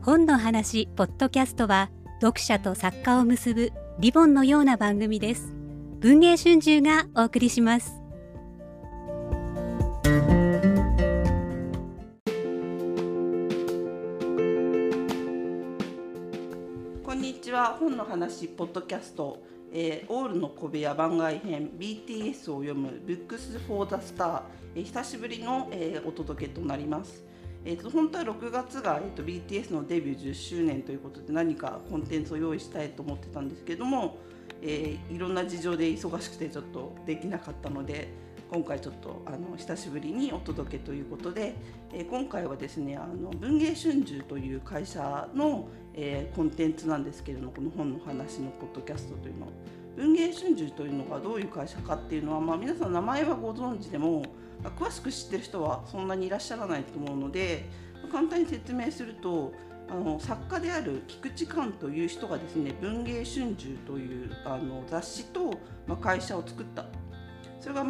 本の話ポッドキャストは読者と作家を結ぶリボンのような番組です。文藝春秋がお送りします。 こんにちは。本の話ポッドキャスト、オールの小部屋番外編 BTS を読む Books for the Star、久しぶりの、お届けとなります。本当は6月が、BTS のデビュー10周年ということで何かコンテンツを用意したいと思ってたんですけども、いろんな事情で忙しくてちょっとできなかったので、今回ちょっと久しぶりにお届けということで、今回はですね文藝春秋という会社の、コンテンツなんですけれども、この本の話のポッドキャストというのは文藝春秋というのがどういう会社かっていうのは、皆さん名前はご存知でも詳しく知ってる人はそんなにいらっしゃらないと思うので、簡単に説明すると作家である菊池寛という人がですね、文藝春秋という雑誌と、会社を作った。それが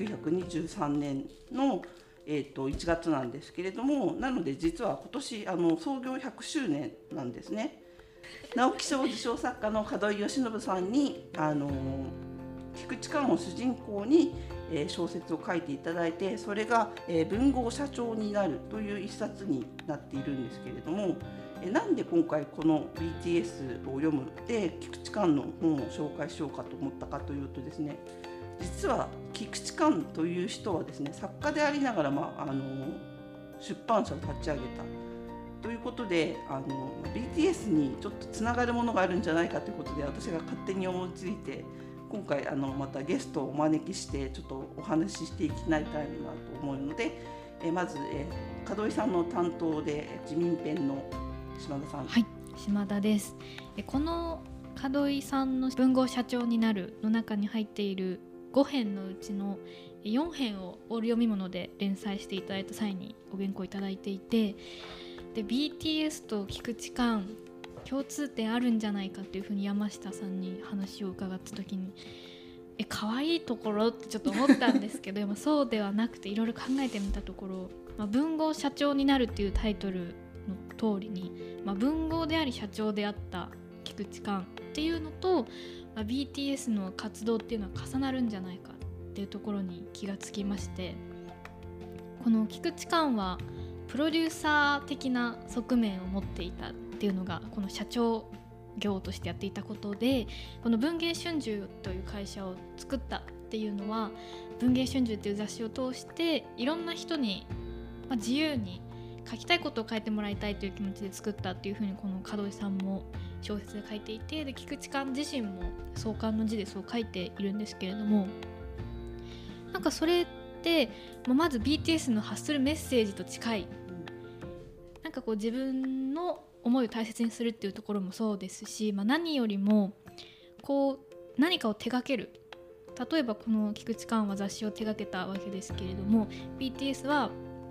1923年の、1月なんですけれども、なので実は今年創業100周年なんですね。直木賞受賞作家の門井慶喜さんに菊池寛を主人公に小説を書いていただいて、それが文豪社長になるという一冊になっているんですけれども、なんで今回この BTS を読むで菊池寛の本を紹介しようかと思ったかというとですね、実は菊池寛という人はですね、作家でありながら、出版社を立ち上げたということで、BTS にちょっとつながるものがあるんじゃないかということで、私が勝手に思いついて今回またゲストをお招きしてちょっとお話ししていきたいなと思うので、まず、門井さんの担当で自民編の島田さん。 はい、島田です。この門井さんの文豪社長になるの中に入っている5編のうちの4編をオール読み物で連載していただいた際にお原稿いただいていて、で BTS と菊池寛共通点あるんじゃないかっていうふうに山下さんに話を伺った時に可愛いところってちょっと思ったんですけどそうではなくて、いろいろ考えてみたところ、文豪社長になるっていうタイトルの通りに、文豪であり社長であった菊池寛っていうのと、BTS の活動っていうのは重なるんじゃないかっていうところに気がつきまして、この菊池寛はプロデューサー的な側面を持っていたっていうのがこの社長業としてやっていたことで、この文藝春秋という会社を作ったっていうのは、文藝春秋っていう雑誌を通していろんな人に、自由に書きたいことを書いてもらいたいという気持ちで作ったっていうふうにこの門井さんも小説で書いていて、で菊池寛自身も創刊の字でそう書いているんですけれども、なんかそれってまず BTS の発するメッセージと近い、なんかこう自分の思いを大切にするっていうところもそうですし、何よりもこう何かを手掛ける、例えばこの菊池寛は雑誌を手掛けたわけですけれども、 BTS は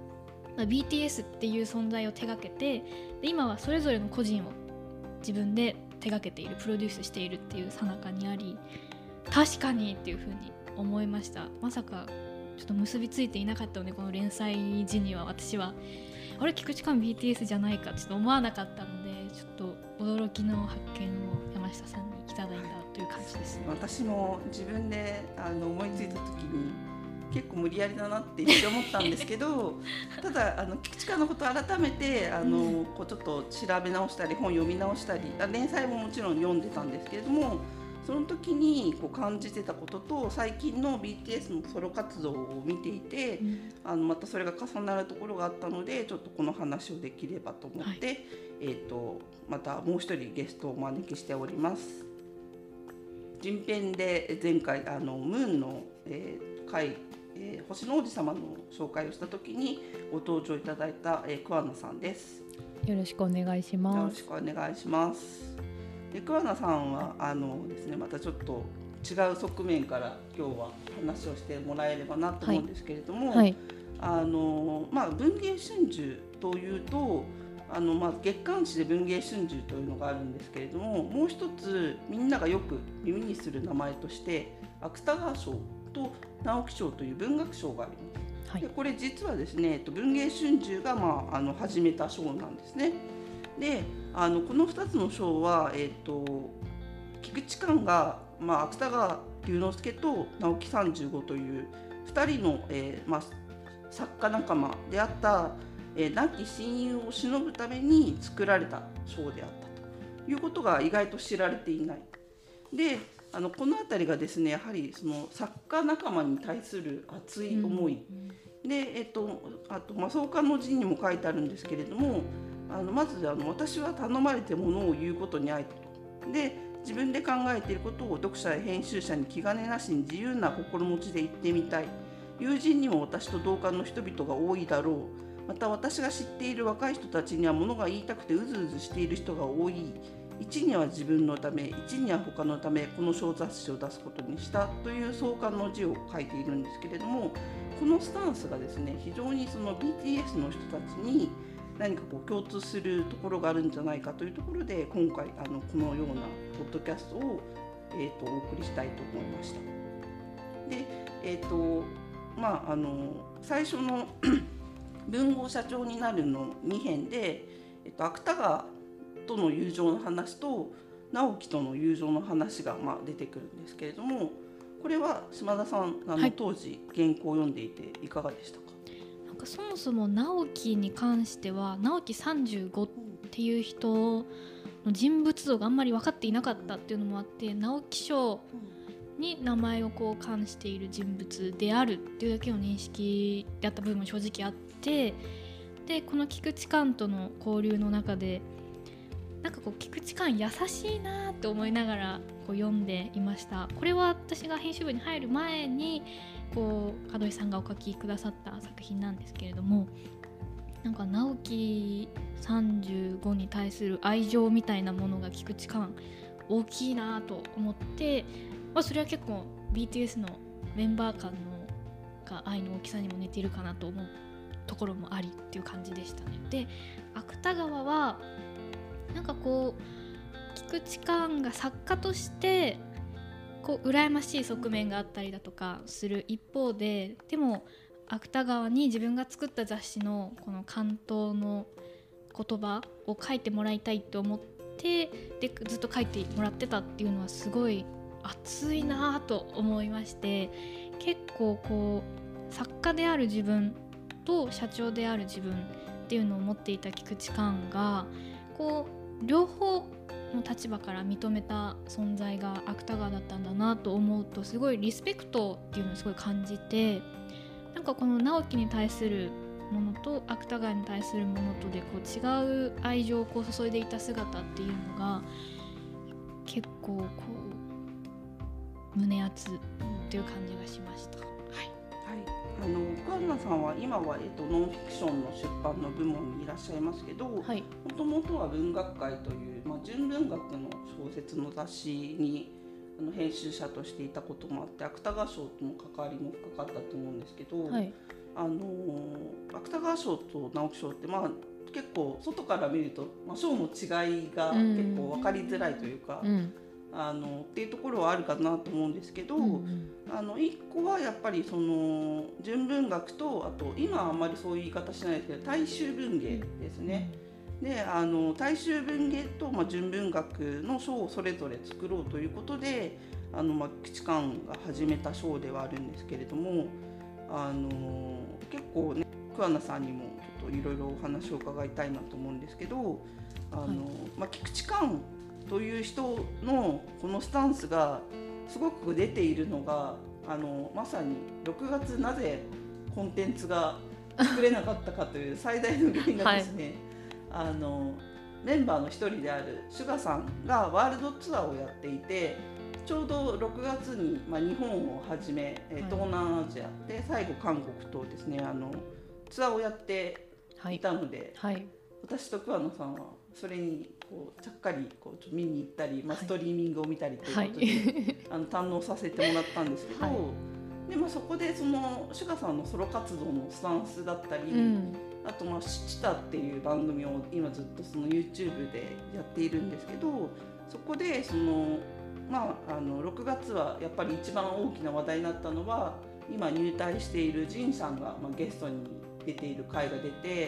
BTS っていう存在を手掛けて、で今はそれぞれの個人を自分で手掛けている、プロデュースしているっていう最中にあり、確かにっていうふうに思いました。まさかちょっと結びついていなかったので、この連載時には私はあれ菊池寛 BTS じゃないかちょっと思わなかったので、ちょっと驚きの発見を山下さんにいただいたという感じです。 私も自分で思いついた時に結構無理やりだなって言って思ったんですけどただ菊池寛のことを改めてこうちょっと調べ直したり本読み直したり、連載ももちろん読んでたんですけれども、その時にこう感じてたことと最近の BTS のソロ活動を見ていて、またそれが重なるところがあったので、ちょっとこの話をできればと思って、またもう一人ゲストをお招きしております。人編で前回ムーンの、回、星の王子様の紹介をした時にご登場いただいた、桑名さんです。 よろしくお願いします。 よろしくお願いします。桑名さんはですね、またちょっと違う側面から今日は話をしてもらえればなと思うんですけれども、文藝春秋というと月刊誌で文藝春秋というのがあるんですけれども、もう一つみんながよく耳にする名前として芥川賞と直木賞という文学賞があります。でこれ実はですね、文藝春秋が始めた賞なんですね。 でこの2つの賞は、菊池寛が、芥川龍之介と直木35という2人の、作家仲間であった、亡き親友を偲ぶために作られた賞であったということが意外と知られていない。でこの辺りがですね、やはりその作家仲間に対する熱い思い、で、あと創刊の字にも書いてあるんですけれども、まず私は頼まれてものを言うことにあいと。で自分で考えていることを読者や編集者に気兼ねなしに自由な心持ちで言ってみたい。友人にも私と同感の人々が多いだろう。また私が知っている若い人たちには物が言いたくてうずうずしている人が多い。一には自分のため、一には他のため、この小雑誌を出すことにしたという創刊の字を書いているんですけれども、このスタンスがですね、非常にその BTS の人たちに何か共通するところがあるんじゃないかというところで、今回このようなポッドキャストを、お送りしたいと思いました。で、最初の文豪社長になるの2編で、芥川との友情の話と直木との友情の話が出てくるんですけれども、これは島田さん当時原稿を読んでいていかがでしたか？ なんかそもそも直木に関しては直木35っていう人の人物像があんまり分かっていなかったっていうのもあって、直木賞に名前を冠している人物であるっていうだけの認識であった部分も正直あって、でこの菊池寛との交流の中でなんか菊池寛優しいなと思いながら読んでいました。これは私が編集部に入る前に門井さんがお書きくださった作品なんですけれども、なんか直木35に対する愛情みたいなものが菊池寛大きいなと思って、それは結構 BTS のメンバー間の愛の大きさにも似ているかなと思うところもありっていう感じでしたね。で芥川はなんか菊池寛が作家として羨ましい側面があったりだとかする一方で、でも芥川に自分が作った雑誌のこの関東の言葉を書いてもらいたいと思ってでずっと書いてもらってたっていうのはすごい熱いなと思いまして、結構作家である自分と社長である自分っていうのを持っていた菊池寛が両方の立場から認めた存在が芥川だったんだなと思うと、すごいリスペクトっていうのをすごい感じて、なんかこの直木に対するものと芥川に対するものとで違う愛情を注いでいた姿っていうのが結構胸熱っていう感じがしました。 桑名さんは今は、ノンフィクションの出版の部門にいらっしゃいますけど、もともとは文学界という、純文学の小説の雑誌に編集者としていたこともあって、芥川賞との関わりも深かったと思うんですけど、芥川賞と直木賞って、結構外から見ると、賞の違いが結構分かりづらいというか、っていうところはあるかなと思うんですけど、一個はやっぱりその純文学と、あと今はあんまりそういう言い方しないですけど大衆文芸ですね。で大衆文芸と、純文学の賞をそれぞれ作ろうということで菊池寛が始めた賞ではあるんですけれども、結構ね桑名さんにもちょっといろいろお話を伺いたいなと思うんですけど、菊池寛という人のこのスタンスがすごく出ているのがまさに6月なぜコンテンツが作れなかったかという最大の原因がですね、メンバーの一人であるSUGAさんがワールドツアーをやっていて、ちょうど6月に、日本をはじめ、東南アジアで最後韓国とですねツアーをやっていたので、私と桑野さんはそれにちゃっかり見に行ったり、ストリーミングを見たりということで、堪能させてもらったんですけど、でそこでそのSUGAさんのソロ活動のスタンスだったり、あとシチタっていう番組を今ずっとその YouTube でやっているんですけど、そこでその6月はやっぱり一番大きな話題になったのは、今入隊しているジンさんがゲストに出ている回が出て、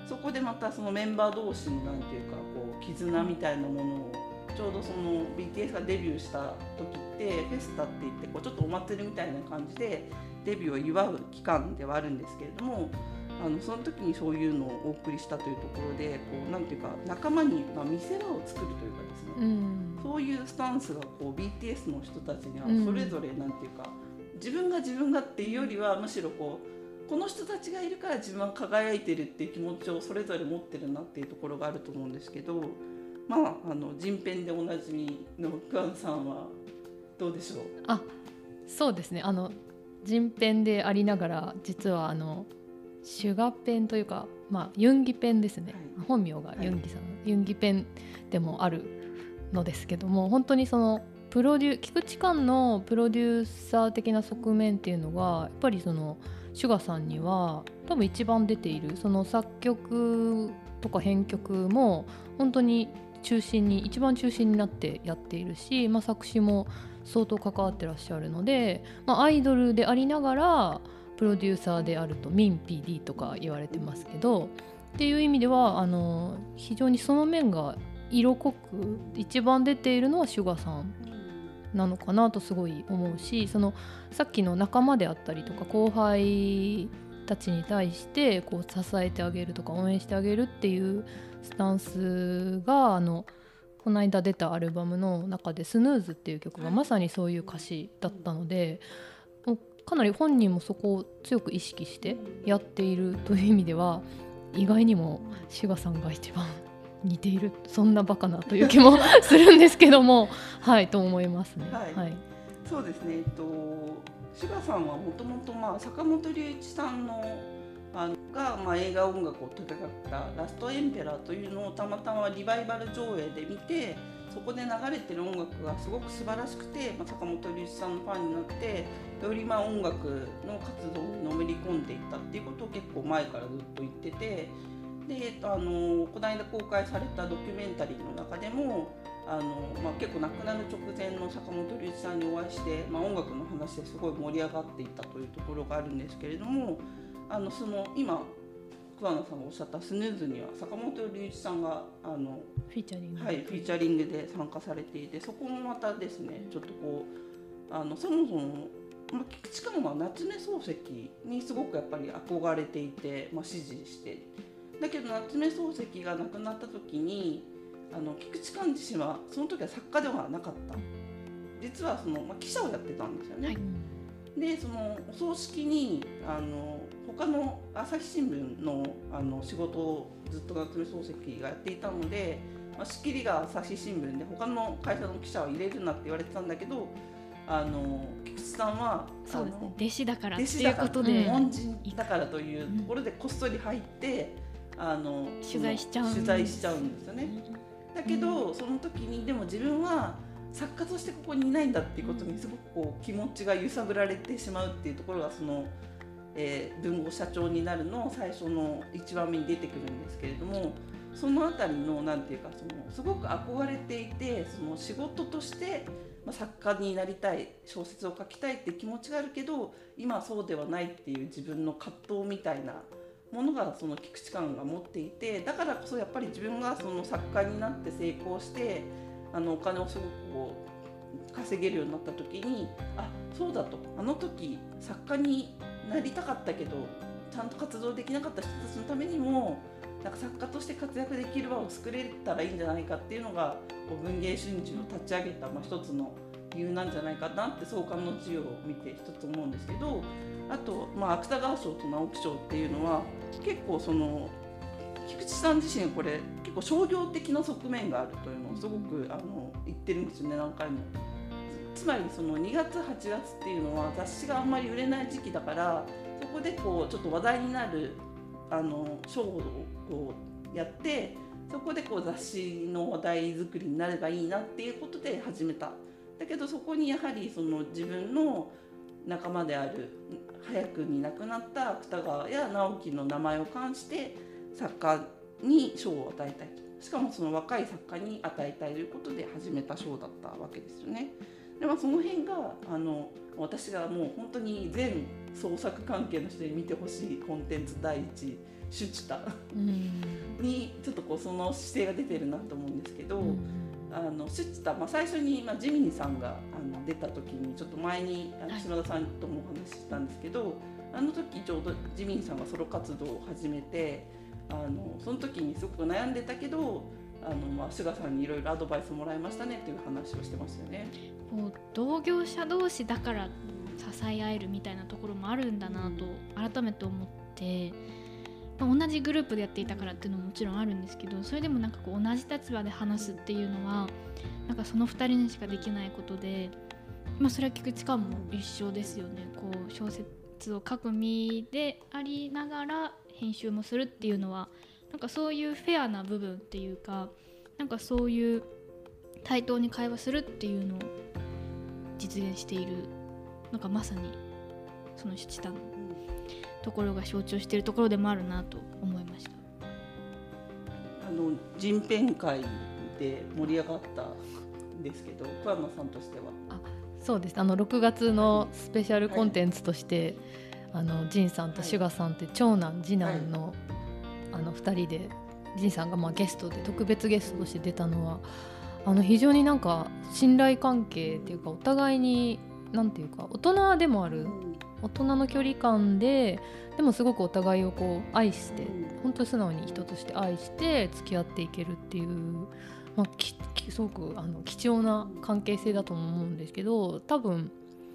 そこでまたそのメンバー同士のなんていうかこう絆みたいなものをちょうどその BTS がデビューした時ってフェスタって言ってこうちょっとお祭りみたいな感じでデビューを祝う期間ではあるんですけれども、その時にそういうのをお送りしたというところでこうなんていうか仲間に見せ場を作るというかですね、そういうスタンスがこう BTS の人たちにはそれぞれなんていうか、自分がっていうよりはむしろこの人たちがいるから自分は輝いてるっていう気持ちをそれぞれ持ってるなっていうところがあると思うんですけど、人編でおなじみのクアンさんはどうでしょう？ そうですね、人編でありながら実はシュガペンというか、ユンギペンですね、本名がユンギさん、ユンギペンでもあるのですけども、本当にその菊池寛のプロデューサー的な側面っていうのがやっぱりそのシュガさんには多分一番出ている。その作曲とか編曲も本当に一番中心になってやっているし、作詞も相当関わってらっしゃるので、アイドルでありながらプロデューサーであるとミン PD とか言われてますけど、っていう意味では非常にその面が色濃く一番出ているのはシュガさんなのかなとすごい思うし、そのさっきの仲間であったりとか後輩たちに対してこう支えてあげるとか応援してあげるっていうスタンスがこの間出たアルバムの中でスヌーズっていう曲がまさにそういう歌詞だったので、かなり本人もそこを強く意識してやっているという意味では意外にもシュガさんが一番似ている、そんなバカなという気もするんですけどもはいと思いますね。 そうですね、シュガさんはもともと坂本龍一さんのが映画音楽を手掛けたラストエンペラーというのをたまたまリバイバル上映で見て、そこで流れてる音楽がすごく素晴らしくて、坂本龍一さんのファンになってより音楽の活動にのめり込んでいったっていうことを結構前からずっと言ってて、でこの間公開されたドキュメンタリーの中でも結構亡くなる直前の坂本龍一さんにお会いして、音楽の話ですごい盛り上がっていったというところがあるんですけれども、その今桑名さんがおっしゃったスヌーズには坂本龍一さんがフィーチャリングで参加されていて、そこもまたですねちょっとこうそもそも菊池寛は夏目漱石にすごくやっぱり憧れていて、支持してだけど夏目漱石が亡くなった時に菊池寛自身はその時は作家ではなかった、実はその、記者をやってたんですよね。でそのお葬式に他の朝日新聞の仕事をずっと夏目漱石がやっていたので、仕切りが朝日新聞で他の会社の記者は入れるなって言われてたんだけど、菊池さんはそうですね、弟子だからっていうことで恩人だからというところでこっそり入って取材しちゃうんですよね。だけどその時にでも自分は作家としてここにいないんだっていうことにすごくこう気持ちが揺さぶられてしまうっていうところがその、文豪社長になるの最初の1話目に出てくるんですけれども、そのあたりのなんていうかすごく憧れていて、その仕事として作家になりたい、小説を書きたいって気持ちがあるけど今はそうではないっていう自分の葛藤みたいなものがその菊池寛が持っていて、だからこそやっぱり自分がその作家になって成功してお金をすごくこう稼げるようになった時に、そうだと、あの時作家になりたかったけどちゃんと活動できなかった人たちのためにもなんか作家として活躍できる場を作れたらいいんじゃないかっていうのが文藝春秋を立ち上げた一つの理由なんじゃないかなって創刊の授業を見て一つ思うんですけど、あと、芥川賞と直木賞っていうのは結構その菊池さん自身これ結構商業的な側面があるというのをすごく言ってるんですよね、何回も。つまりその2月8月っていうのは雑誌があんまり売れない時期だから、そこでこうちょっと話題になる賞をこうやって、そこでこう雑誌の話題作りになればいいなっていうことで始めた。だけどそこにやはりその自分の仲間である早くに亡くなった芥川や直木の名前を冠して作家に賞を与えたいと、しかもその若い作家に与えたいということで始めた賞だったわけですよね。でその辺が私がもう本当に全創作関係の人に見てほしいコンテンツ第一シュチタにちょっとこうその姿勢が出てるなと思うんですけど、シュチタ、最初にジミニさんが出た時にちょっと前に島田さんともお話ししたんですけど、あの時ちょうどジミニさんがソロ活動を始めて、その時にすごく悩んでたけどシュガさんにいろいろアドバイスもらいましたねっていう話をしてましたよね。 こう同業者同士だから支え合えるみたいなところもあるんだなと改めて思って、同じグループでやっていたからっていうのももちろんあるんですけど、それでもなんかこう同じ立場で話すっていうのはなんかその2人にしかできないことで、それは菊池寛も一緒ですよね。こう小説を書く身でありながら編集もするっていうのはなんかそういうフェアな部分っていうか、なんかそういう対等に会話するっていうのを実現している、なんかまさにそのシュチタのところが象徴しているところでもあるなと思いました。 人編会で盛り上がったんですけど、小山さんとしては。 そうです。6月のスペシャルコンテンツとして、ジンさんとシュガさんって長男次男の、2人でジンさんがゲストで特別ゲストとして出たのは非常になんか信頼関係っていうか、お互いになんていうか大人でもある、大人の距離感でもすごくお互いをこう愛して、本当に素直に人として愛して付き合っていけるっていう、すごく貴重な関係性だと思うんですけど、多分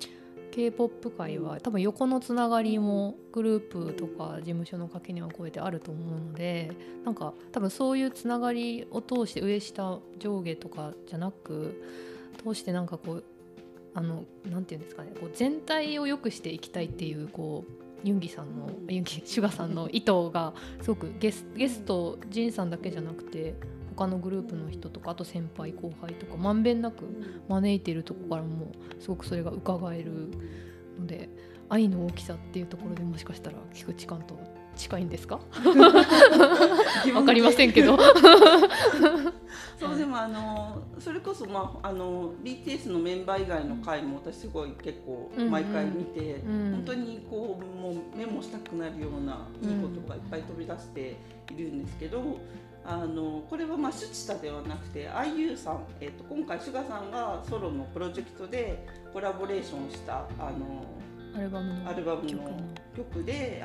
K-POP 界は多分横のつながりもグループとか事務所の垣根を越えてあると思うので、なんか多分そういうつながりを通して上下上下とかじゃなく通してなんかこうなんていうんですかね、こう全体を良くしていきたいっていうこうシュガさんの意図がすごくゲストジンさんだけじゃなくて他のグループの人とか、あと先輩後輩とかまんべんなく招いているところからもすごくそれが伺えるので、愛の大きさっていうところでもしかしたら菊池寛と近いんですかわかりませんけどそうでもそれこそ、BTS のメンバー以外の回も私すごい結構毎回見て、本当にこうもうメモしたくなるようないいことがいっぱい飛び出しているんですけど、これはシュチタではなくて IU さん、今回シュガさんがソロのプロジェクトでコラボレーションしたアルバムの曲で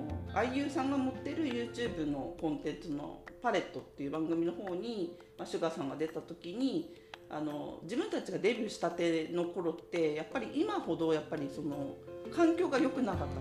IU さんが持ってる YouTube のコンテンツのパレットっていう番組の方に、シュガさんが出た時に自分たちがデビューしたての頃ってやっぱり今ほどやっぱりその環境が良くなかった、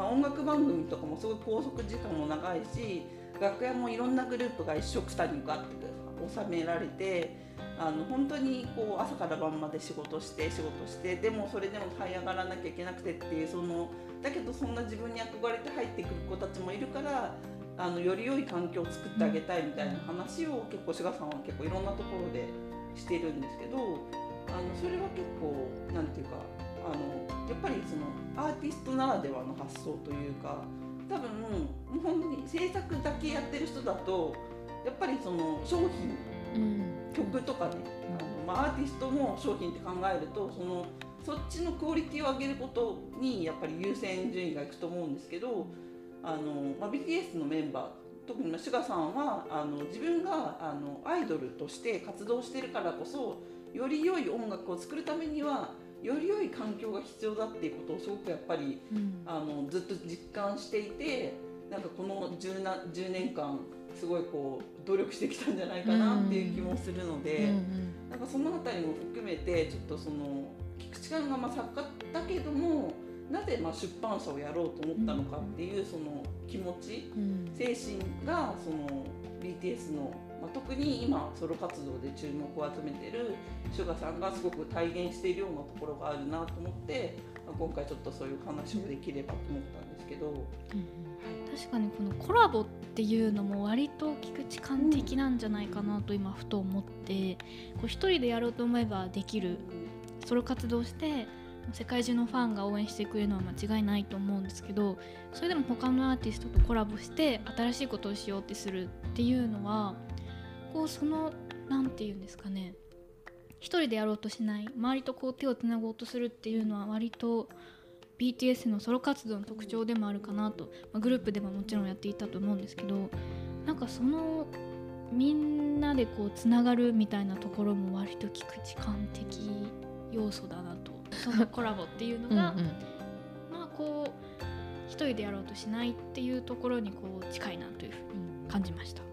音楽番組とかもすごい拘束時間も長いし、楽屋もいろんなグループが一緒くたにガッて収められて、本当にこう朝から晩まで仕事してでもそれでも這い上がらなきゃいけなくてっていう、だけどそんな自分に憧れて入ってくる子たちもいるから、より良い環境を作ってあげたいみたいな話を結構シュガさんは結構いろんなところでしてるんですけど、それは結構なんていうかやっぱりそのアーティストならではの発想というか、多分本当に制作だけやってる人だとやっぱりその商品、曲とかね、アーティストも商品って考えるとそっちのクオリティを上げることにやっぱり優先順位がいくと思うんですけど、BTS のメンバー特にシュガさんは自分がアイドルとして活動してるからこそ、より良い音楽を作るためにはより良い環境が必要だっていうことをすごくやっぱり、ずっと実感していて、なんかこの10年間すごいこう努力してきたんじゃないかなっていう気もするので、なんかそのあたりも含めてちょっと菊池寛が作家だけどもなぜ出版社をやろうと思ったのかっていうその気持ち、精神がBTS の、特に今ソロ活動で注目を集めているシュガさんがすごく体現しているようなところがあるなと思って、今回ちょっとそういう話をできればと思ったんですけど、 確かにこのコラボっていうのも割と菊池寛的なんじゃないかなと今ふと思って、こう一人でやろうと思えばできる、ソロ活動して世界中のファンが応援してくれるのは間違いないと思うんですけど、それでも他のアーティストとコラボして新しいことをしようってするっていうのはこうなんていうんですかね、一人でやろうとしない、周りとこう手をつなごうとするっていうのは割と BTS のソロ活動の特徴でもあるかなと、グループでももちろんやっていたと思うんですけど、なんかそのみんなでこうつながるみたいなところも割と菊池寛的要素だなと、そのコラボっていうのがまあこう一人でやろうとしないっていうところにこう近いなというふうに感じました。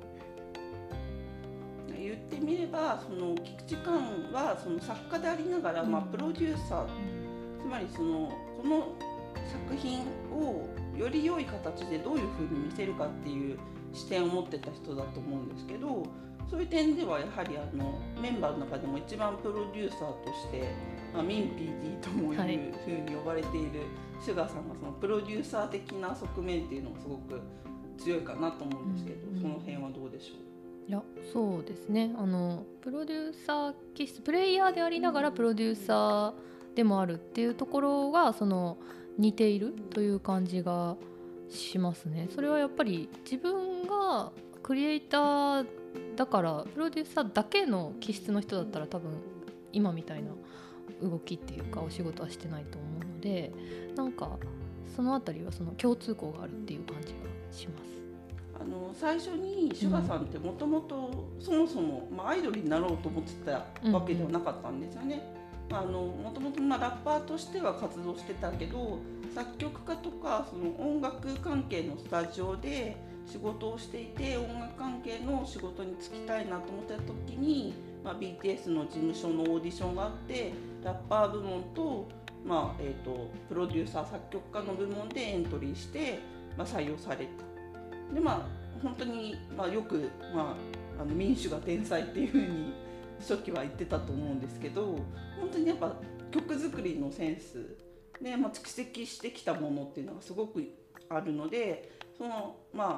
言ってみればその菊池寛はその作家でありながら、プロデューサー、つまりそのこの作品をより良い形でどういうふうに見せるかっていう視点を持ってた人だと思うんですけど、そういう点ではやはりメンバーの中でも一番プロデューサーとして、ミン PD ともいうふうに呼ばれているシュガーさんがそのプロデューサー的な側面っていうのがすごく強いかなと思うんですけど、その辺はどうでしょう？ いや、そうですね、プロデューサー気質、プレイヤーでありながらプロデューサーでもあるっていうところがその似ているという感じがしますね。それはやっぱり自分がクリエイターだから、プロデューサーだけの気質の人だったら多分今みたいな動きっていうかお仕事はしてないと思うので、なんかそのあたりはその共通項があるっていう感じがします。 最初にシュガさんってもともとそもそも、アイドルになろうと思ってたわけではなかったんですよね。もともとラッパーとしては活動してたけど、作曲家とかその音楽関係のスタジオで仕事をしていて、音楽関係の仕事に就きたいなと思った時に、BTS の事務所のオーディションがあって、ラッパー部門と、プロデューサー作曲家の部門でエントリーして、採用された。で本当に、よく、民主が天才っていう風に初期は言ってたと思うんですけど、本当にやっぱ曲作りのセンスで、蓄積してきたものっていうのがすごくあるので、その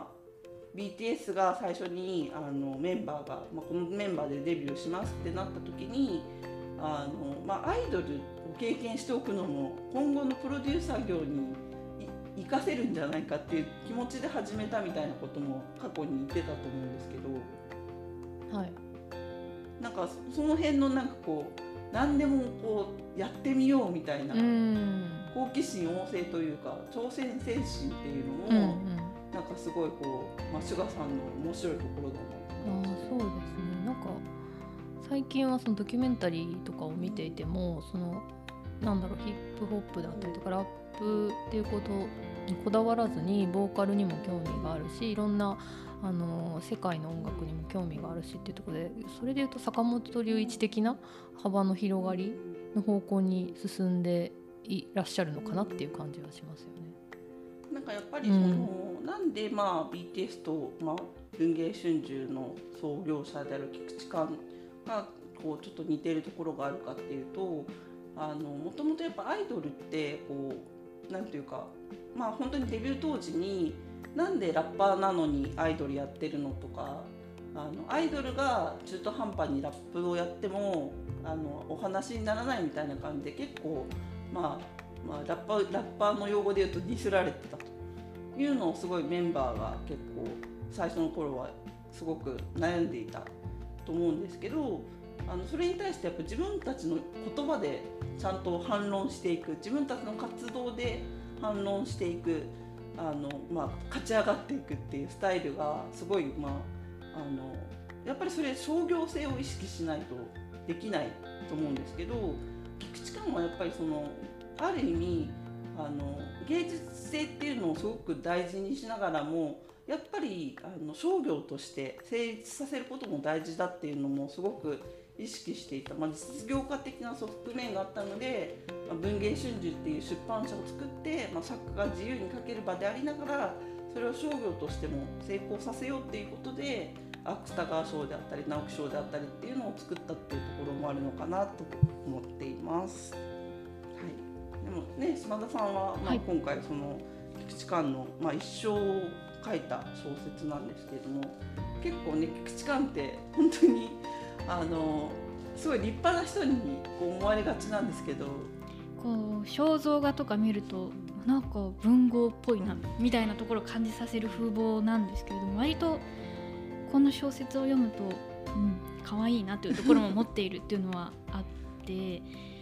BTS が最初にメンバーが、このメンバーでデビューしますってなった時にアイドルを経験しておくのも今後のプロデューサー業に活かせるんじゃないかっていう気持ちで始めたみたいなことも過去に言ってたと思うんですけど、はい、なんかその辺のなんかこう何でもこうやってみようみたいな好奇心旺盛というか挑戦精神っていうのも、なんかすごいこう、シュガさんの面白いところだなと思います。 そうですね。なんか最近はそのドキュメンタリーとかを見ていても、そのヒップホップだったりとかラップっていうことにこだわらずにボーカルにも興味があるし、いろんな世界の音楽にも興味があるしっていうところで、それでいうと坂本龍一的な幅の広がりの方向に進んでいらっしゃるのかなっていう感じはしますよね。 なんかやっぱりその、なんでBTS と、文藝春秋の創業者である菊池寛がこうちょっと似ているところがあるかっていうと、もともとやっぱアイドルってこうなんていうか、本当にデビュー当時になんでラッパーなのにアイドルやってるのとか、アイドルが中途半端にラップをやってもお話にならないみたいな感じで結構ラッパーの用語で言うとディスられてたというのをすごいメンバーが結構最初の頃はすごく悩んでいたと思うんですけど、それに対してやっぱ自分たちの言葉でちゃんと反論していく、自分たちの活動で反論していく、勝ち上がっていくっていうスタイルがすごい、やっぱりそれ商業性を意識しないとできないと思うんですけど、菊池寛はやっぱりそのある意味芸術性っていうのをすごく大事にしながらも、やっぱり商業として成立させることも大事だっていうのもすごく意識していた、実業家的な側面があったので、文藝春秋っていう出版社を作って、作家が自由に書ける場でありながらそれを商業としても成功させようっていうことで芥川賞であったり直木賞であったりっていうのを作ったっていうところもあるのかなと思っています。でもね、島田さんは、今回その菊池寛の、一生を書いた小説なんですけれども、結構ね菊池寛って本当にすごい立派な人にこう思われがちなんですけど、 こう肖像画とか見るとなんか文豪っぽいなみたいなところを感じさせる風貌なんですけれども、割とこの小説を読むと可愛いなというところも持っているっていうのはあって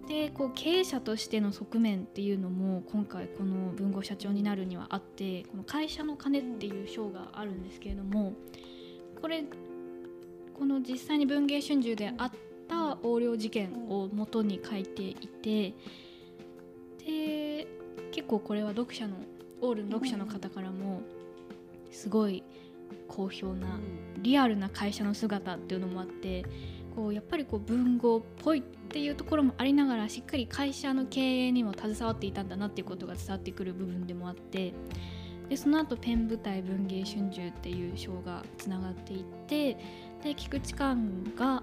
でこう経営者としての側面っていうのも今回この文豪社長になるにはあって、この会社の金っていう章があるんですけれども、この実際に文藝春秋であった横領事件を元に書いていて、で結構これはオールの読者の方からもすごい好評なリアルな会社の姿っていうのもあって、やっぱり文豪っぽいっていうところもありながら、しっかり会社の経営にも携わっていたんだなっていうことが伝わってくる部分でもあって、でその後ペン部隊文藝春秋っていう章がつながっていって、で菊池寛が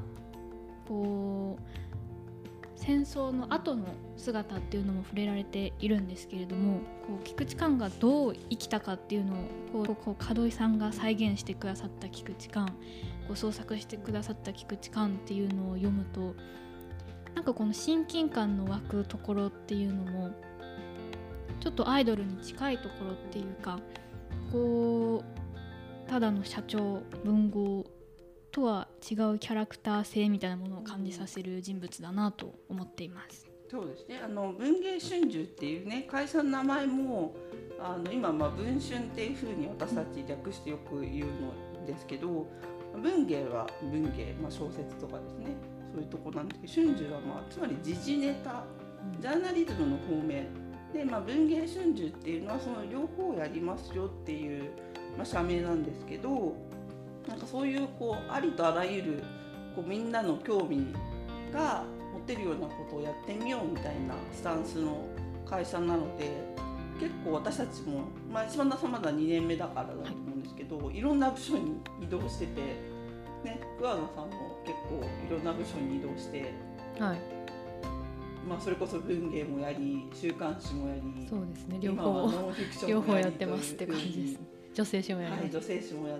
戦争の後の姿っていうのも触れられているんですけれども、菊池寛がどう生きたかっていうのを門井さんが再現してくださった菊池寛、創作してくださった菊池寛っていうのを読むと、なんかこの親近感の湧くところっていうのもちょっとアイドルに近いところっていうか、ただの社長文豪とは違うキャラクター性みたいなものを感じさせる人物だなと思っています。 そうですね、文藝春秋っていうね会社の名前も今文春っていう風に私たち略してよく言うのですけど、文芸は文芸、小説とかですね、そういうとこなんですけど、春秋はつまり時事ネタ、ジャーナリズムの方面で、文芸春秋っていうのはその両方やりますよっていう、社名なんですけど、なんかそういうありとあらゆるみんなの興味が持てるようなことをやってみようみたいなスタンスの会社なので、結構私たちも、一番まだ2年目だからだと思うんですけど、いろんな部署に移動してて、ね、桑名さんも結構いろんな部署に移動して、 はい、 それこそ文芸もやり週刊誌もやり、 そうですね、 両方やってますって感じです。女性誌もやります、 はい、女性誌もやって、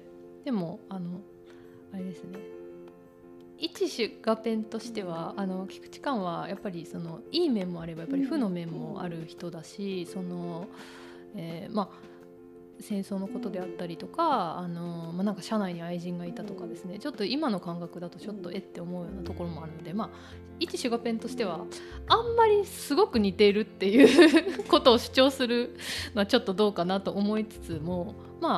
でもあれですね、一種画ペンとしては菊池寛はやっぱりいい面もあればやっぱり負の面もある人だし、戦争のことであったりとかなんか社内に愛人がいたとかですね、ちょっと今の感覚だとちょっとって思うようなところもあるので、一種画ペンとしてはあんまりすごく似ているっていうことを主張するのはちょっとどうかなと思いつつも、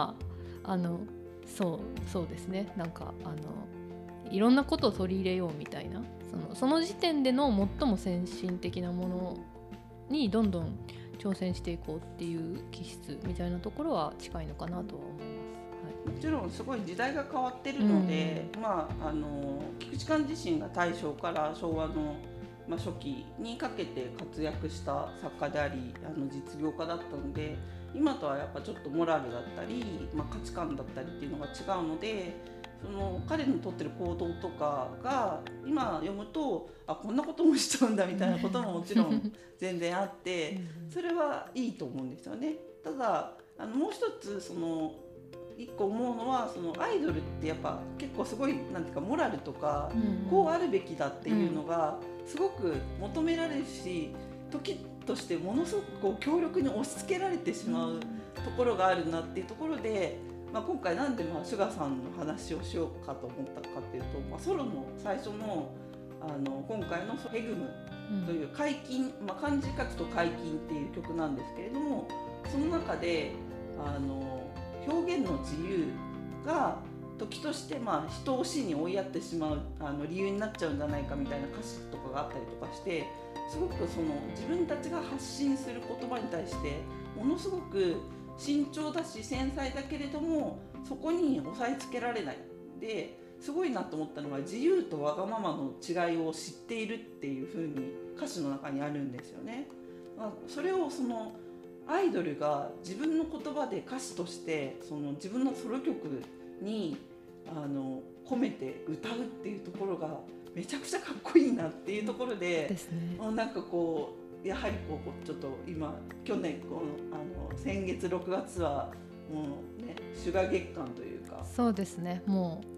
そうですね、なんかいろんなことを取り入れようみたいな、その時点での最も先進的なものにどんどん挑戦していこうっていう気質みたいなところは近いのかなとは思います、はい、 もちろんすごい時代が変わってるので、菊池寛自身が大正から昭和の、初期にかけて活躍した作家であり実業家だったので、今とはやっぱちょっとモラルだったり、価値観だったりっていうのが違うので、彼の取ってる行動とかが今読むとこんなこともしちゃうんだみたいなことももちろん全然あってそれはいいと思うんですよね。ただもう一つ一個思うのはアイドルってやっぱ結構すごいなんていうかモラルとかこうあるべきだっていうのがすごく求められるし、時としてものすごく強力に押し付けられてしまうところがあるなっていうところで、今回なんでシュガさんの話をしようかと思ったかっていうと、ソロの最初の今回のヘグムという解禁、漢字書くと解禁っていう曲なんですけれども、その中で表現の自由が時として人を死に追いやってしまう理由になっちゃうんじゃないかみたいな歌詞とかがあったりとかして、すごく自分たちが発信する言葉に対してものすごく慎重だし繊細だけれどもそこに押さえつけられないですごいなと思ったのが、自由とわがままの違いを知っているっていう風に歌詞の中にあるんですよね。それをアイドルが自分の言葉で歌詞として自分のソロ曲に込めて歌うっていうところがめちゃくちゃかっこいいなっていうところで、 ですね、 なんかやはりちょっと去年先月6月はもうねシュガー月間というか、 そうですね、もう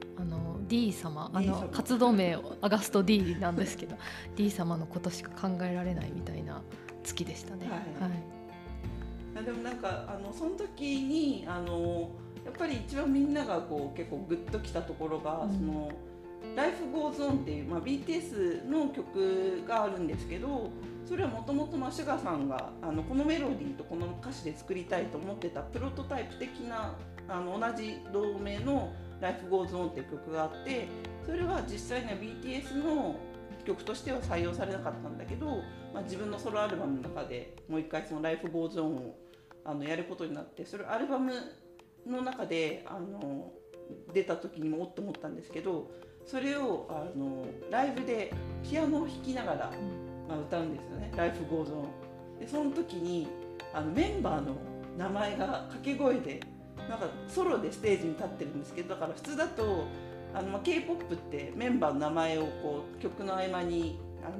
D 様活動名アガスト D なんですけどD 様のことしか考えられないみたいな月でしたね。はいはい、でもなんかその時にやっぱり一番みんなが結構グッときたところが、 Life Goes On っていう、BTS の曲があるんですけど、それはもともとシュガさんがこのメロディーとこの歌詞で作りたいと思ってたプロトタイプ的な同じ同名の Life Goes On っていう曲があって、それは実際には BTS の曲としては採用されなかったんだけど、自分のソロアルバムの中でもう一回その Life Goes On をやることになって、それアルバムの中で出た時にもおっと思ったんですけど、それをライブでピアノを弾きながら、歌うんですよね、Life Goes On で。その時にメンバーの名前が掛け声でなんかソロでステージに立ってるんですけど、だから普通だとK-POP ってメンバーの名前をこう曲の合間に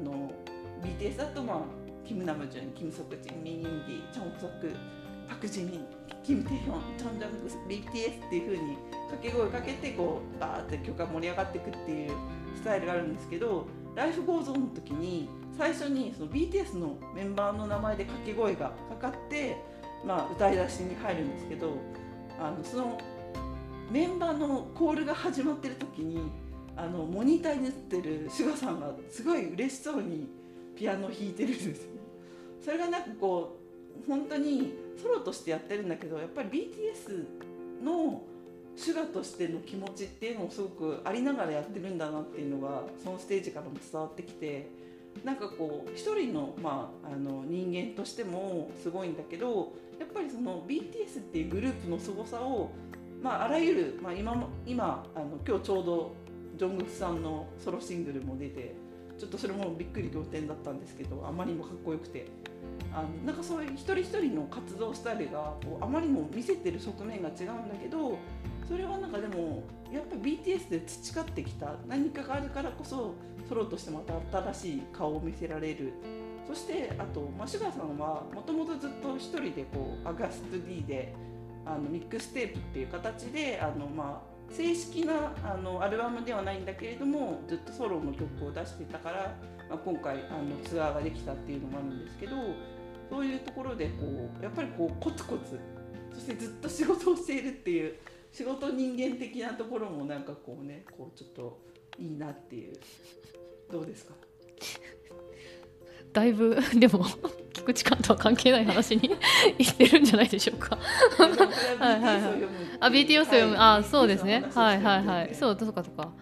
BTS だとキム・ナムジュン、キム・ソクジン、ミン・インギ、チョン・ソク、パク・ジミン、キム・テヒョン、チョン・ジャングス、BTS っていう風に掛け声かけてこうバーって曲が盛り上がっていくっていうスタイルがあるんですけど、Life Goes On の時に最初にその BTS のメンバーの名前で掛け声がかかって、歌い出しに入るんですけど、そのメンバーのコールが始まってる時にモニターに映ってるシュガさんがすごい嬉しそうにピアノを弾いてるんですよ。それがなんかこう本当にソロとしてやってるんだけど、やっぱり BTS のシュガとしての気持ちっていうのもすごくありながらやってるんだなっていうのがそのステージからも伝わってきて、なんかこう一人の、人間としてもすごいんだけど、やっぱりその BTS っていうグループのすごさを、あらゆる、今今日ちょうどジョングクさんのソロシングルも出て、ちょっとそれもびっくり仰天だったんですけど、あまりにもかっこよくて、なんかそういう一人一人の活動スタイルがこうあまりにも見せてる側面が違うんだけど、それはなんかでもやっぱり BTS で培ってきた何かがあるからこそソロとしてまた新しい顔を見せられる。そしてあと、シュガさんはもともとずっと一人でこうアガスト D でミックステープっていう形で正式なアルバムではないんだけれどもずっとソロの曲を出してたから、今回ツアーができたっていうのもあるんですけど、そういうところでこうやっぱりこうコツコツ、そしてずっと仕事をしているっていう仕事人間的なところもなんかこうね、こうちょっといいなっていう。どうですか？ だいぶでも菊池監とは関係ない話に言ってるんじゃないでしょうか。 はいはいはい。 BTS を読む、そうですね。はいはいはい。そうかとか。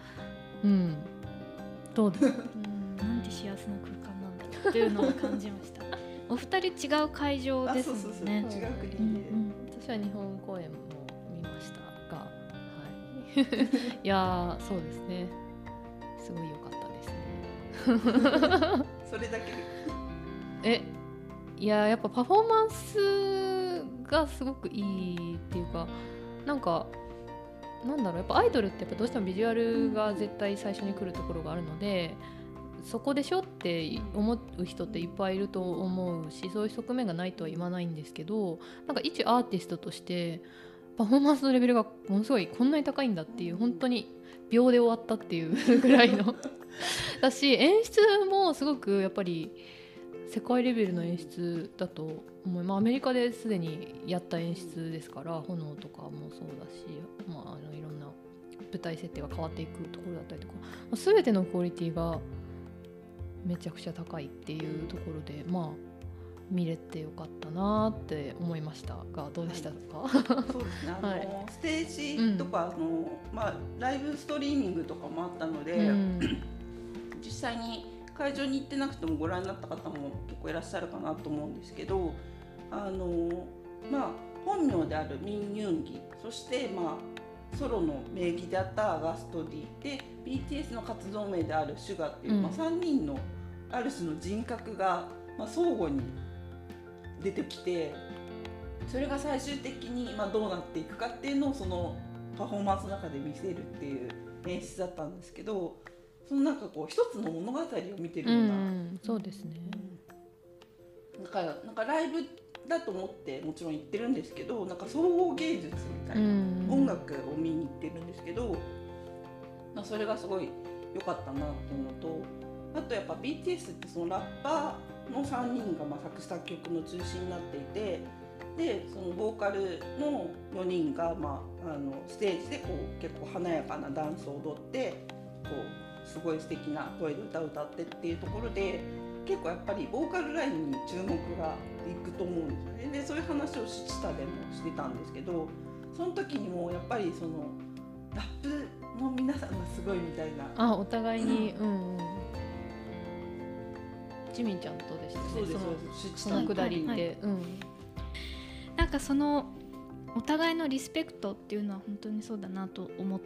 どうです。 なんて幸せな空間なんだろうっていうのを感じました。お二人違う会場ですもんね。 違う国で。 私は日本公演も見ましたが、はい。いやそうですね。すごい良かったですね。 それだけ。 やっぱパフォーマンスがすごくいいっていうか、なんだろう、やっぱアイドルってやっぱどうしてもビジュアルが絶対最初に来るところがあるので、そこでしょって思う人っていっぱいいると思うし、そういう側面がないとは言わないんですけど、なんか一アーティストとしてパフォーマンスのレベルがものすごいこんなに高いんだっていう、本当に秒で終わったっていうぐらいのだし、演出もすごくやっぱり世界レベルの演出だと思い、アメリカですでにやった演出ですから、炎とかもそうだし、いろんな舞台設定が変わっていくところだったりとか、全てのクオリティがめちゃくちゃ高いっていうところで、見れてよかったなって思いましたが、どうでしたか？ そうですね、ステージとかライブストリーミングとかもあったので、実際に会場に行ってなくてもご覧になった方も結構いらっしゃるかなと思うんですけど、本名であるミン・ユンギ、そしてソロの名義であったアガスト D で BTS の活動名であるシュガっていう、3人のある種の人格が、相互に出てきて、それが最終的にどうなっていくかっていうのをそのパフォーマンスの中で見せるっていう演出だったんですけど、そのなんかこう一つの物語を見てるような、 そうですね、 なんかライブだと思ってもちろん行ってるんですけど、なんか総合芸術みたいな、音楽を見に行ってるんですけど、それがすごい良かったなっていうのと、あとやっぱ BTS ってそのラッパーの3人が作詞作曲の中心になっていて、でそのボーカルの4人がステージでこう結構華やかなダンスを踊って、 すごい素敵な声で歌ってっていうところで結構やっぱりボーカルラインに注目がいくと思うんですよね。でそういう話を下でもしてたんですけど、その時にもやっぱりそのラップの皆さんがすごいみたいな、 お互いに、ジミンちゃんとでしたね。 そうですそのくだりって、 なんかそのお互いのリスペクトっていうのは本当にそうだなと思って、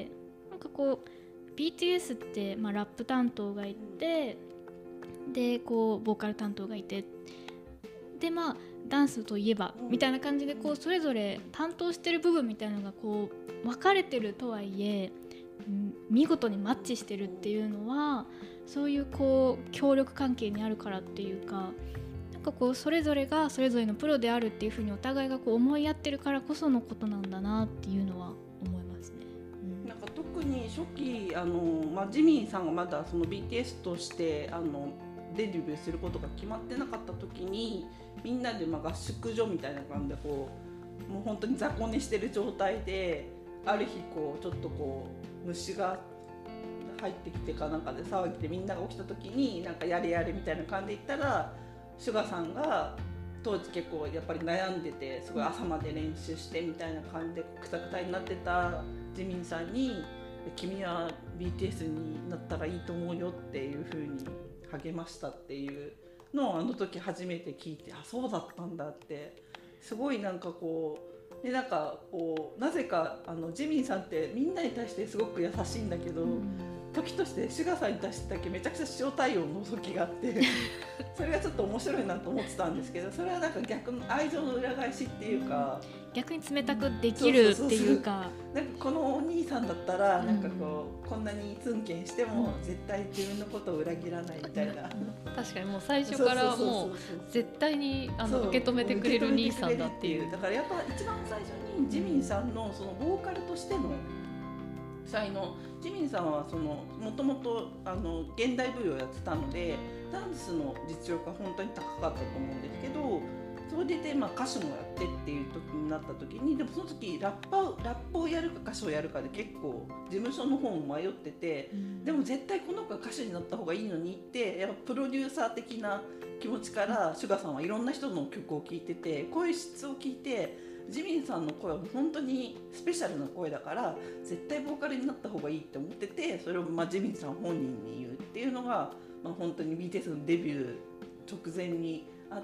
なんかこう BTS って、ラップ担当がいて、でこうボーカル担当がいて、でダンスといえばみたいな感じでこうそれぞれ担当してる部分みたいなのがこう分かれてるとはいえ、見事にマッチしてるっていうのはそういうこう協力関係にあるからっていうか、なんかこうそれぞれがそれぞれのプロであるっていうふうにお互いがこう思い合ってるからこそのことなんだなっていうのは思いますね。 なんか特に初期ジミンさんがまだその BTS としてデビューすることが決まってなかった時に、みんなで合宿所みたいな感じでこうもう本当に雑魚寝してる状態で、ある日こうちょっとこう虫が入ってきてかなんかで騒ぎでみんなが起きた時になんかやれやれみたいな感じで言ったら、シュガさんが当時結構やっぱり悩んでてすごい朝まで練習してみたいな感じでクタクタになってたジミンさんに、君は BTS になったらいいと思うよっていう風に励ましたっていうのをあの時初めて聞いて、そうだったんだってすごいなんかこうで、なんかこうなぜかジミンさんってみんなに対してすごく優しいんだけど、時としてシュガさんに対してだけめちゃくちゃ塩対応の時があってそれがちょっと面白いなと思ってたんですけど、それはなんか逆の愛情の裏返しっていうか、 逆に冷たくできるっていうか、 なんかこのお兄さんだったらなんかこう、こんなにツンケンしても絶対自分のことを裏切らないみたいな、 確かにもう最初からもう絶対に受け止めてくれる兄さんだっていう。 だからやっぱ一番最初にジミンさんのそのボーカルとしての才能、ジミンさんはもともと現代舞踊をやってたのでダンスの実力が本当に高かったと思うんですけど、それで歌手もやってっていう時になった時に、でもその時ラップをやるか歌手をやるかで結構事務所の方も迷ってて、でも絶対この子が歌手になった方がいいのにってやっぱプロデューサー的な気持ちからシュガさんはいろんな人の曲を聴いてて、声質を聞いてジミンさんの声は本当にスペシャルな声だから絶対ボーカルになった方がいいって思ってて、それをジミンさん本人に言うっていうのが、本当に BTS のデビュー直前にあって、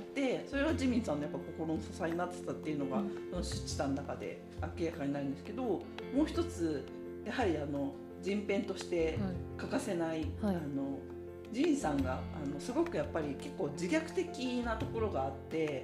それはジミンさんのやっぱ心の支えになってたっていうのが、シュッチさんの中で明らかになるんですけど、もう一つやはり人編として欠かせない、ジミンさんがすごくやっぱり結構自虐的なところがあって、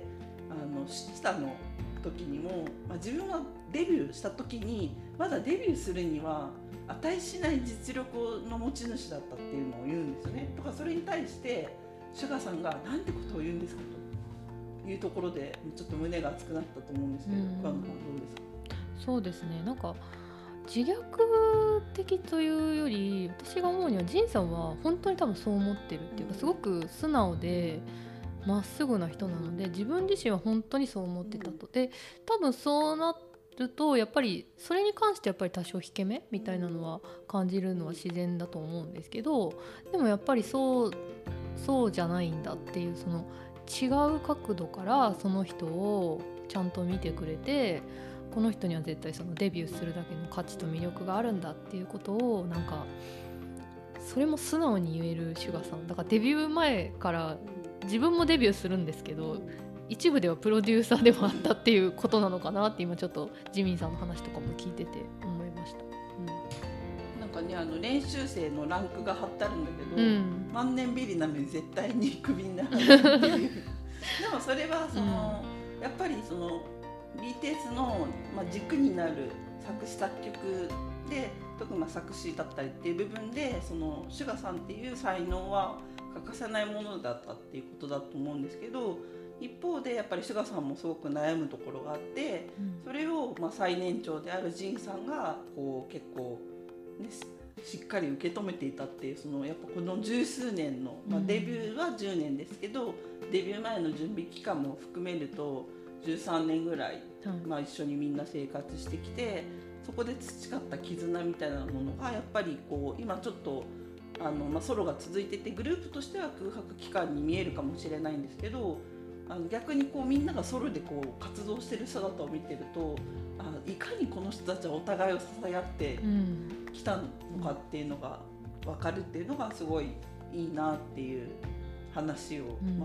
シュッチさんの時にも、自分はデビューした時にまだデビューするには値しない実力の持ち主だったっていうのを言うんですよね。とかそれに対してシュガさんがなんてことを言うんですかというところでちょっと胸が熱くなったと思うんですけど、桑野さんどうですか？ そうですね、なんか自虐的というより私が思うにはジンさんは本当に多分そう思ってるっていうか、すごく素直でまっすぐな人なので自分自身は本当にそう思ってたと。で多分そうなるとやっぱりそれに関してやっぱり多少引け目みたいなのは感じるのは自然だと思うんですけど、でもやっぱりそうじゃないんだっていう、その違う角度からその人をちゃんと見てくれて、この人には絶対そのデビューするだけの価値と魅力があるんだっていうことをなんかそれも素直に言えるシュガさんだから、デビュー前から自分もデビューするんですけど一部ではプロデューサーでもあったっていうことなのかなって今ちょっとジミンさんの話とかも聞いてて思いました。 なんかね、練習生のランクが貼ってあるんだけど、万年ビリなのに絶対にクビにならないっていうでもそれはやっぱりBTS の、軸になる作詞作曲で、特に作詞だったりっていう部分でシュガさんっていう才能は欠かせないものだったっていうことだと思うんですけど、一方でやっぱりシュガさんもすごく悩むところがあって、それを最年長であるジンさんが結構、ね、しっかり受け止めていたっていう、やっぱこの十数年の、デビューは10年ですけどデビュー前の準備期間も含めると13年ぐらい、一緒にみんな生活してきて、 そこで培った絆みたいなものがやっぱりこう今ちょっとソロが続いててグループとしては空白期間に見えるかもしれないんですけど、逆にこうみんながソロでこう活動してる姿を見てると、いかにこの人たちはお互いを支え合ってきたのかっていうのが分かるっていうのがすごいいいなっていう話を、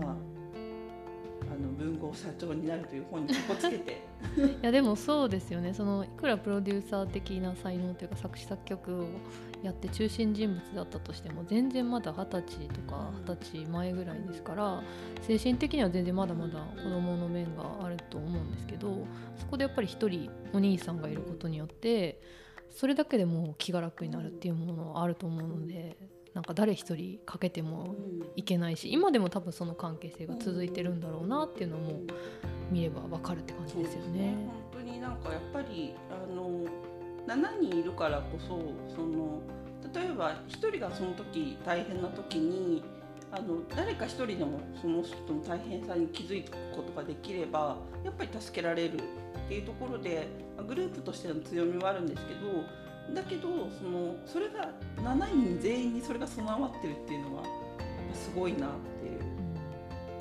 文豪社長になるという本にかこつけていやでもそうですよね。そのいくらプロデューサー的な才能というか作詞作曲をやって中心人物だったとしても全然まだ20歳とか20歳前ぐらいですから、精神的には全然まだまだ子供の面があると思うんですけど、そこでやっぱり一人お兄さんがいることによってそれだけでもう気が楽になるっていうものはあると思うので、なんか誰一人かけてもいけないし、今でも多分その関係性が続いてるんだろうなっていうのも見れば分かるって感じですよね。 本当になんかやっぱり7人いるからこそ、例えば1人がその時大変な時に誰か1人でもその人の大変さに気づくことができればやっぱり助けられるっていうところでグループとしての強みはあるんですけど、だけどそれが7人全員にそれが備わってるっていうのはやっぱすごいなっていう。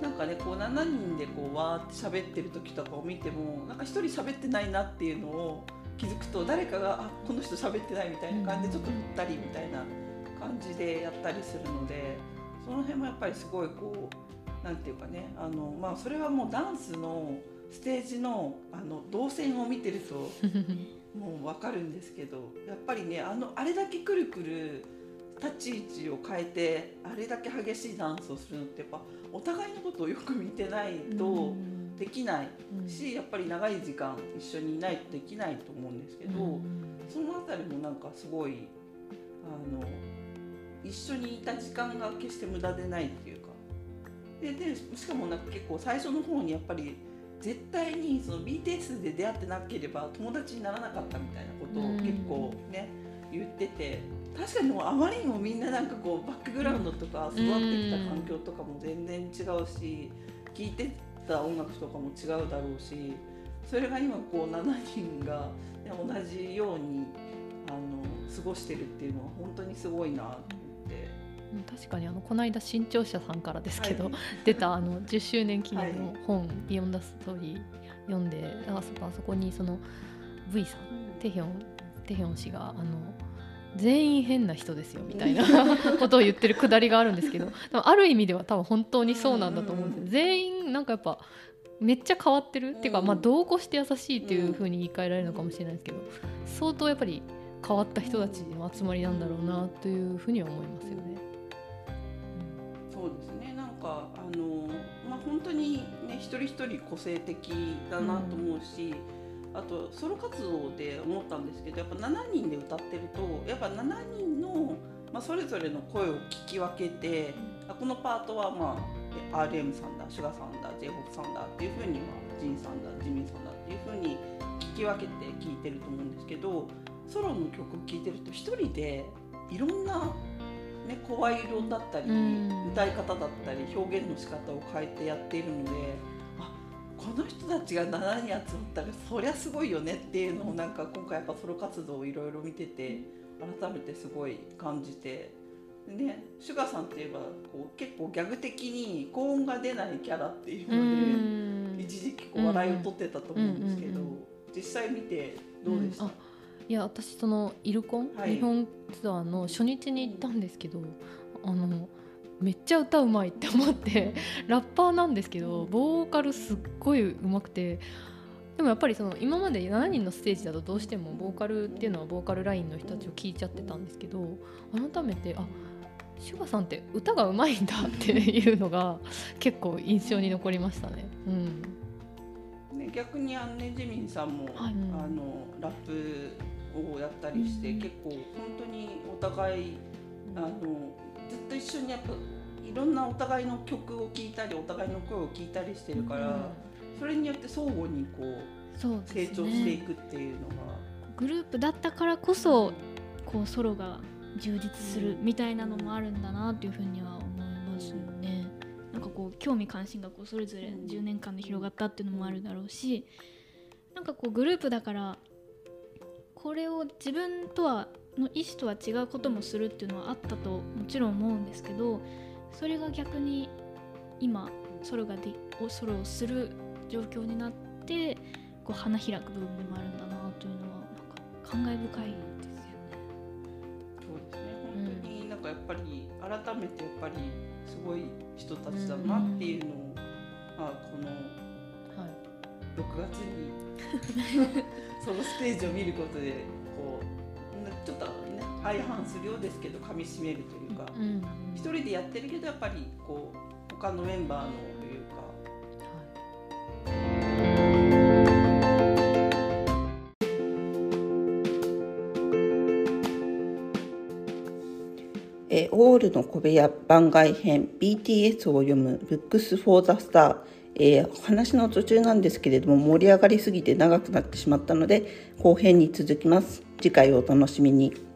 なんかねこう7人でこうわーって喋ってる時とかを見てもなんか1人喋ってないなっていうのを気づくと、誰かがこの人喋ってないみたいな感じでちょっと振ったりみたいな感じでやったりするので、その辺もやっぱりすごいこうなんていうかねそれはもうダンスのステージの動線を見てるともう分かるんですけど、やっぱりねあれだけくるくる立ち位置を変えてあれだけ激しいダンスをするのってやっぱお互いのことをよく見てないとできないし、やっぱり長い時間一緒にいないとできないと思うんですけど、そのあたりもなんかすごい一緒にいた時間が決して無駄でないっていうか、でしかもなんか結構最初の方にやっぱり絶対にその BTS で出会ってなければ友達にならなかったみたいなことを結構ね言ってて、確かにもうあまりにもみんななんかこうバックグラウンドとか育ってきた環境とかも全然違うし、聴いてた音楽とかも違うだろうし、それが今こう7人が、ね、同じように過ごしてるっていうのは本当にすごいなと思って。 確かにこの間新潮社さんからですけど、出た10周年記念の本「ビヨンダストーリー」読んで、あそこにその V さん、テヒョン氏が全員変な人ですよみたいなことを言ってるくだりがあるんですけど、ある意味では多分本当にそうなんだと思うんです。全員なんかやっぱめっちゃ変わってるっていうか、同行して優しいっていう風に言い換えられるのかもしれないですけど、相当やっぱり変わった人たちの集まりなんだろうなというふうには思いますよね。 そうですね、なんか本当にね一人一人個性的だなと思うし、あとソロ活動で思ったんですけど、やっぱ7人で歌ってるとやっぱ7人の、それぞれの声を聞き分けて、このパートはRM さんだ、シュガさんだ、J−POP さんだっていう風にジンさんだ、ジミンさんだっていう風に聞き分けて聴いてると思うんですけど、ソロの曲を聴いてると一人でいろんな声色だったり歌い方だったり表現の仕方を変えてやっているので、この人たちが7人集まったらそりゃすごいよねっていうのをなんか今回やっぱソロ活動をいろいろ見てて改めてすごい感じて、ね、シュガさんっていえばこう結構ギャグ的に高音が出ないキャラっていうので一時期笑いを取ってたと思うんですけど、実際見てどうでした？ いや私そのイルコン、日本ツアーの初日に行ったんですけど、めっちゃ歌うまいって思ってラッパーなんですけどボーカルすっごい上手くて、でもやっぱりその今まで7人のステージだとどうしてもボーカルっていうのはボーカルラインの人たちを聞いちゃってたんですけど、改めてシュガさんって歌が上手いんだっていうのが結構印象に残りましたね。 逆にジミンさんも、ラップをやったりして、結構本当にお互いずっと一緒にやっぱいろんなお互いの曲を聴いたりお互いの声を聞いたりしてるから、それによって相互にこう成長していくっていうのが、 グループだったからこそこうソロが充実するみたいなのもあるんだなというふうには思いますよね。なんかこう興味関心がこうそれぞれ10年間で広がったっていうのもあるだろうし、なんかこうグループだからこれを自分とはの意思とは違うこともするっていうのはあったともちろん思うんですけど、それが逆に今ソロをする状況になってこう花開く部分でもあるんだなというのはなんか感慨深いですよね。 そうですね、本当になんかやっぱり改めてやっぱりすごい人たちだなっていうのを、この6月にそのステージを見ることでこうちょっとね相反するようですけど噛み締めるというか、一人でやってるけどやっぱりこう他のメンバーのというか、オールの小部屋番外編 BTS を読む Books for the Star、話の途中なんですけれども盛り上がりすぎて長くなってしまったので後編に続きます。次回をお楽しみに。